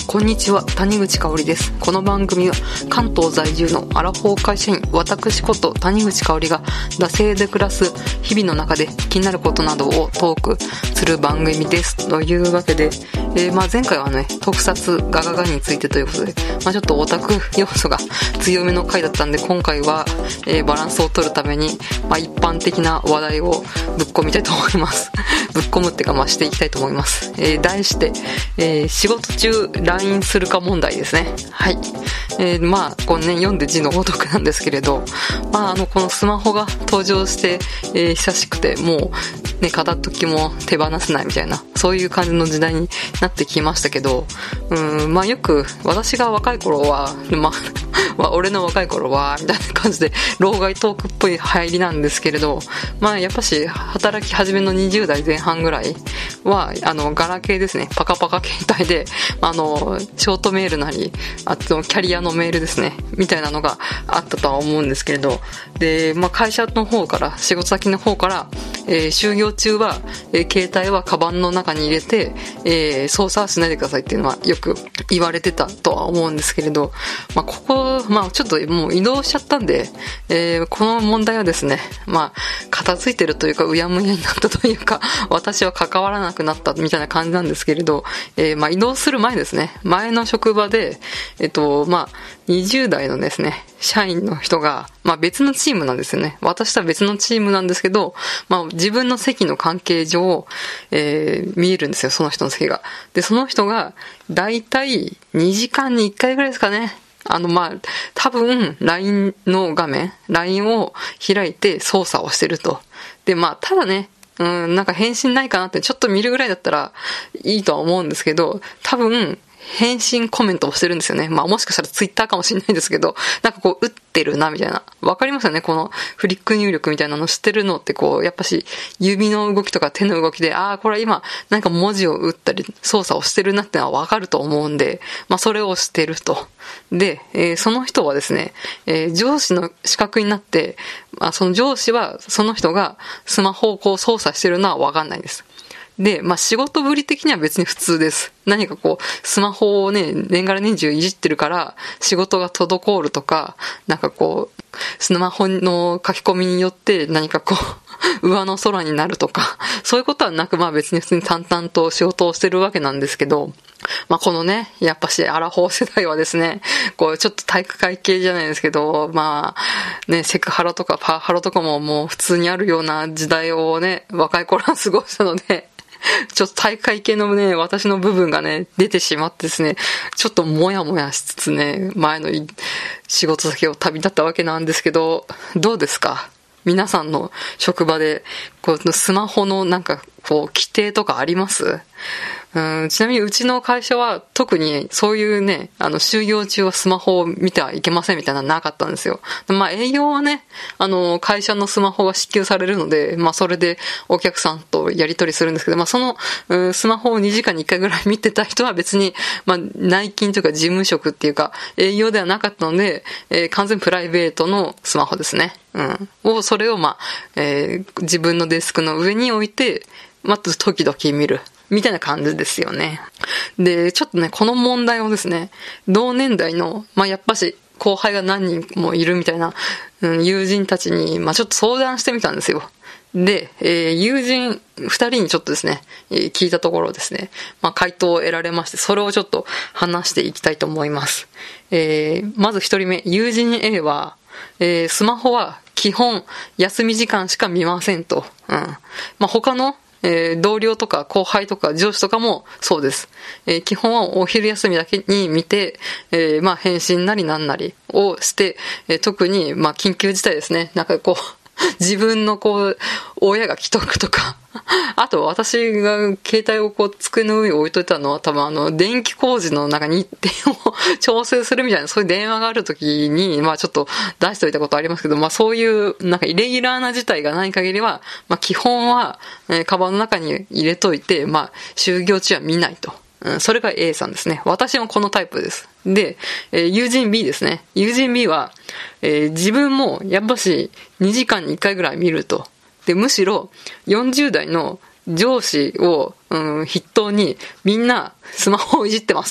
こんにちは、谷口香織です。この番組は関東在住のアラフォー会社員、私こと谷口香織が惰性で暮らす日々の中で気になることなどをトークする番組です。というわけで、前回はね、特撮ガガガについてということで、ちょっとオタク要素が強めの回だったんで、今回は、バランスを取るために、一般的な話題をぶっ込みたいと思います。ぶっ込むっていうか、していきたいと思います。題して、仕事中 LINE するか問題ですね。はい。このね、読んで字のごとくなんですけれど、このスマホが登場して、久しくて、もう、ね、片時も手放せないみたいな、そういう感じの時代になってきましたけど、よく、私が若い頃は、俺の若い頃は、みたいな感じで、老害トークっぽい入りなんですけれど、やっぱし、働き始めの20代前半ぐらいは、ガラケーですね、パカパカ携帯で、ショートメールなり、あと、キャリアのメールですね、みたいなのがあったとは思うんですけれど、で、会社の方から、仕事先の方から、就業中は、携帯はカバンの中に入れて、操作はしないでくださいっていうのはよく言われてたとは思うんですけれど、ここ、ちょっともう移動しちゃったんで、この問題はですね、片付いてるというか、うやむやになったというか、私は関わらなくなったみたいな感じなんですけれど、移動する前ですね、前の職場で、20代のですね、社員の人が、別のチームなんですよね。私とは別のチームなんですけど、自分の席の関係上、見えるんですよ、その人の席が。で、その人が、だいたい2時間に1回ぐらいですかね。多分、LINE の画面、LINE を開いて操作をしてると。で、ただね、返信ないかなってちょっと見るぐらいだったらいいとは思うんですけど、多分、返信コメントをしてるんですよね。もしかしたらツイッターかもしれないですけど、打ってるな、みたいな。わかりますよね、このフリック入力みたいなの知ってるのってやっぱし、指の動きとか手の動きで、これ今、文字を打ったり、操作をしてるなってのはわかると思うんで、それをしてると。で、その人はですね、上司の資格になって、その上司は、その人がスマホを操作してるのはわかんないです。で、仕事ぶり的には別に普通です。何かスマホをね、年がら年中いじってるから、仕事が滞るとか、スマホの書き込みによって上の空になるとか、そういうことはなく、別に普通に淡々と仕事をしてるわけなんですけど、このね、やっぱしアラフォー世代はですね、ちょっと体育会系じゃないですけど、セクハラとかパワハラとかももう普通にあるような時代をね、若い頃は過ごしたので、ちょっと体育会系のね、私の部分がね、出てしまってですね、ちょっともやもやしつつね、前の仕事先を旅立ったわけなんですけど、どうですか？皆さんの職場で、スマホの規定とかあります？ちなみにうちの会社は特にそういうね、就業中はスマホを見てはいけませんみたいなのなかったんですよ。営業はね、会社のスマホが支給されるので、それでお客さんとやり取りするんですけど、その、スマホを2時間に1回ぐらい見てた人は別に、内勤というか事務職っていうか、営業ではなかったので、完全プライベートのスマホですね。それを自分のデスクの上に置いて、時々見る。みたいな感じですよね。で、ちょっとね、この問題をですね、同年代の、やっぱし、後輩が何人もいるみたいな、友人たちに、ちょっと相談してみたんですよ。で、友人2人にちょっとですね、聞いたところですね、回答を得られまして、それをちょっと話していきたいと思います。まず1人目、友人 A は、スマホは基本休み時間しか見ませんと。他の同僚とか後輩とか上司とかもそうです。基本はお昼休みだけに見て、返信なりなんなりをして、特に緊急事態ですね。自分の親が既得とか、あと私が携帯を机の上に置いといたのは多分電気工事の日程を調整するみたいなそういう電話がある時に、ちょっと出しておいたことありますけど、そういうイレギュラーな事態がない限りは、基本は、カバンの中に入れといて、就業中は見ないと。それが A さんですね。私もこのタイプです。で、友人 B ですね。友人 B は、自分もやっぱし2時間に1回ぐらい見ると。で、むしろ40代の上司を、筆頭にみんなスマホをいじってますと。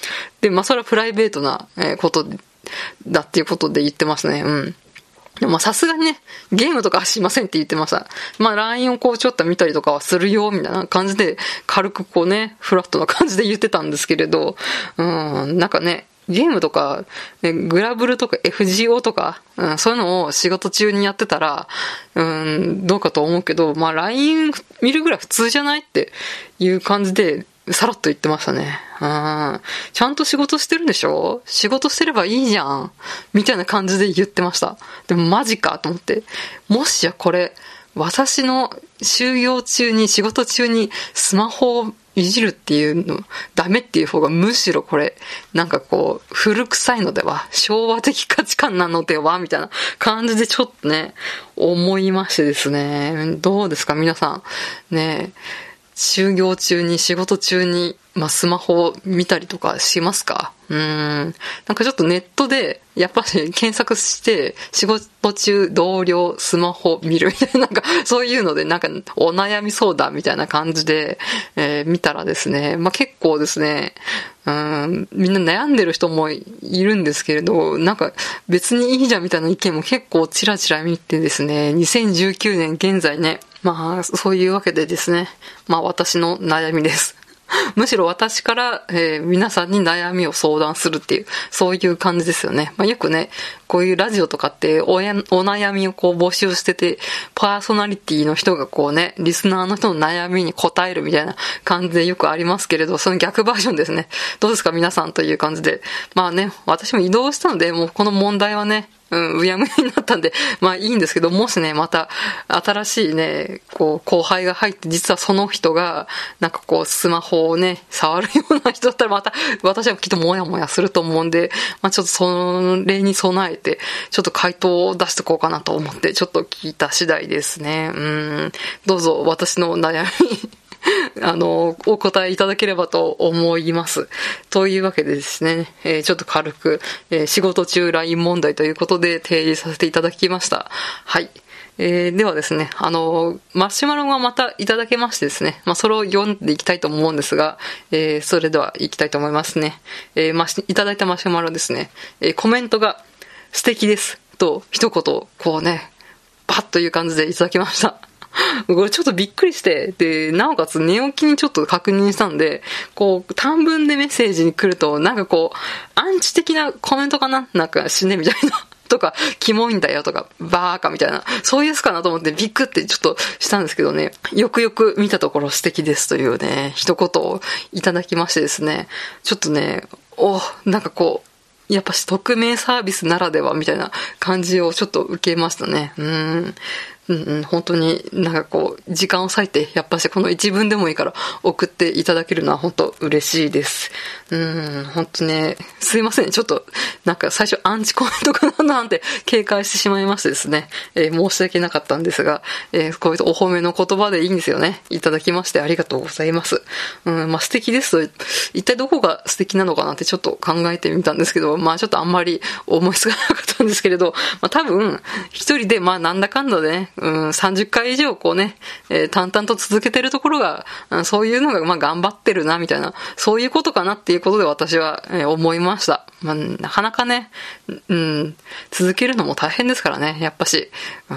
で、それはプライベートなことだっていうことで言ってますね。でもさすがにね、ゲームとかはしませんって言ってました。LINE をちょっと見たりとかはするよ、みたいな感じで、軽くフラットな感じで言ってたんですけれど、なんかね、ゲームとか、グラブルとか FGO とか、そういうのを仕事中にやってたら、どうかと思うけど、LINE 見るぐらい普通じゃないっていう感じで、さらっと言ってましたね。ちゃんと仕事してるでしょ？仕事してればいいじゃん。みたいな感じで言ってました。でもマジかと思って。もしやこれ、私の就業中に、仕事中にスマホをいじるっていうの、ダメっていう方がむしろこれ、なんか古臭いのでは、昭和的価値観なのでは、みたいな感じでちょっとね、思いましてですね。どうですか皆さん。ね、就業中に、仕事中に、スマホを見たりとかしますか？なんかちょっとネットで、やっぱり検索して、仕事中、同僚、スマホ見るみたいな、なんかそういうので、なんかお悩み相談みたいな感じで、見たらですね、結構ですね、みんな悩んでる人もいるんですけれど、なんか別にいいじゃんみたいな意見も結構チラチラ見てですね、2019年現在ね、そういうわけでですね、私の悩みです。むしろ私から、皆さんに悩みを相談するっていう、そういう感じですよね。よくね、こういうラジオとかってお悩みを募集してて、パーソナリティの人がリスナーの人の悩みに答えるみたいな感じでよくありますけれど、その逆バージョンですね。どうですか皆さんという感じで。私も移動したので、もうこの問題はね、うやむやになったんで、いいんですけど、もしね、また、新しいね、後輩が入って、実はその人が、なんかスマホをね、触るような人だったら、また、私はきっともやもやすると思うんで、ちょっとそれに備えて、ちょっと回答を出しておこうかなと思って、ちょっと聞いた次第ですね。どうぞ、私の悩み、お答えいただければと思います。というわけでですね、ちょっと軽く、仕事中 LINE 問題ということで提示させていただきました。はい。ではですね、マシュマロがまたいただけましてですね、それを読んでいきたいと思うんですが、それでは行きたいと思いますね。いただいたマシュマロですね、コメントが素敵ですと一言、パッという感じでいただきました。これちょっとびっくりして、で、なおかつ寝起きにちょっと確認したんで、短文でメッセージに来ると、なんかアンチ的なコメントかな？なんか死ねみたいな。とか、キモいんだよとか、バーカみたいな、そういうやつかなと思ってビックってちょっとしたんですけどね、よくよく見たところ素敵ですというね、一言をいただきましてですね、ちょっとね、なんかやっぱし匿名サービスならではみたいな感じをちょっと受けましたね。本当になんか時間を割いて、やっぱしこの一文でもいいから送っていただけるのは本当嬉しいです。本当ね、すいません。ちょっとなんか最初アンチコメントかななんて警戒してしまいましてですね、申し訳なかったんですが、こういうお褒めの言葉でいいんですよね。いただきましてありがとうございます。素敵ですと、一体どこが素敵なのかなってちょっと考えてみたんですけど、ちょっとあんまり思いつかなかったんですけれど、多分一人でなんだかんだでね、30回以上淡々と続けてるところが、そういうのが頑張ってるなみたいな、そういうことかなっていうことで私は、思いました。なかなかね、続けるのも大変ですからね、やっぱし。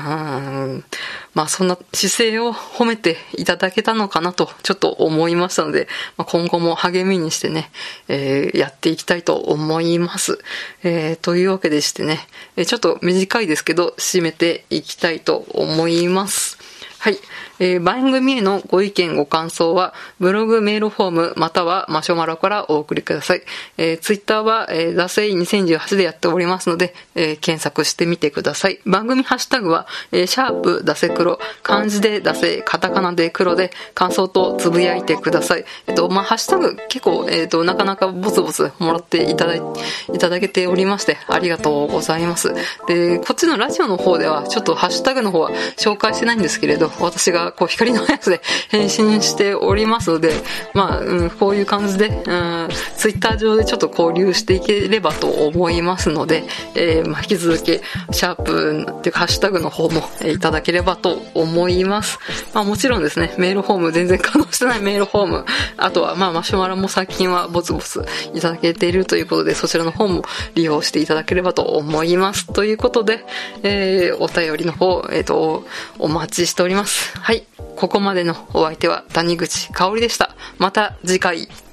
そんな姿勢を褒めていただけたのかなとちょっと思いましたので、今後も励みにしてね、やっていきたいと思います。というわけでしてね、ちょっと短いですけど締めていきたいと思います。はい。番組へのご意見ご感想はブログメールフォームまたはマシュマロからお送りください。ツイッターはダセイ2018でやっておりますので、検索してみてください。番組ハッシュタグはシャープダセ黒、漢字でダセ、カタカナで黒で感想とつぶやいてください。ハッシュタグ結構なかなかボツボツもらっていただけておりましてありがとうございます。で、こっちのラジオの方ではちょっとハッシュタグの方は紹介してないんですけれど、 私が光の速さで返信しておりますので、こういう感じで、ツイッター上でちょっと交流していければと思いますので、引き続き、シャープっていうかハッシュタグの方もいただければと思います。もちろんですね、メールフォーム、全然稼働してないメールフォーム、あとはマシュマロも最近はボツボツいただけているということで、そちらの方も利用していただければと思います。ということで、お便りの方、お待ちしております。はい。ここまでのお相手は谷口香織でした。また次回。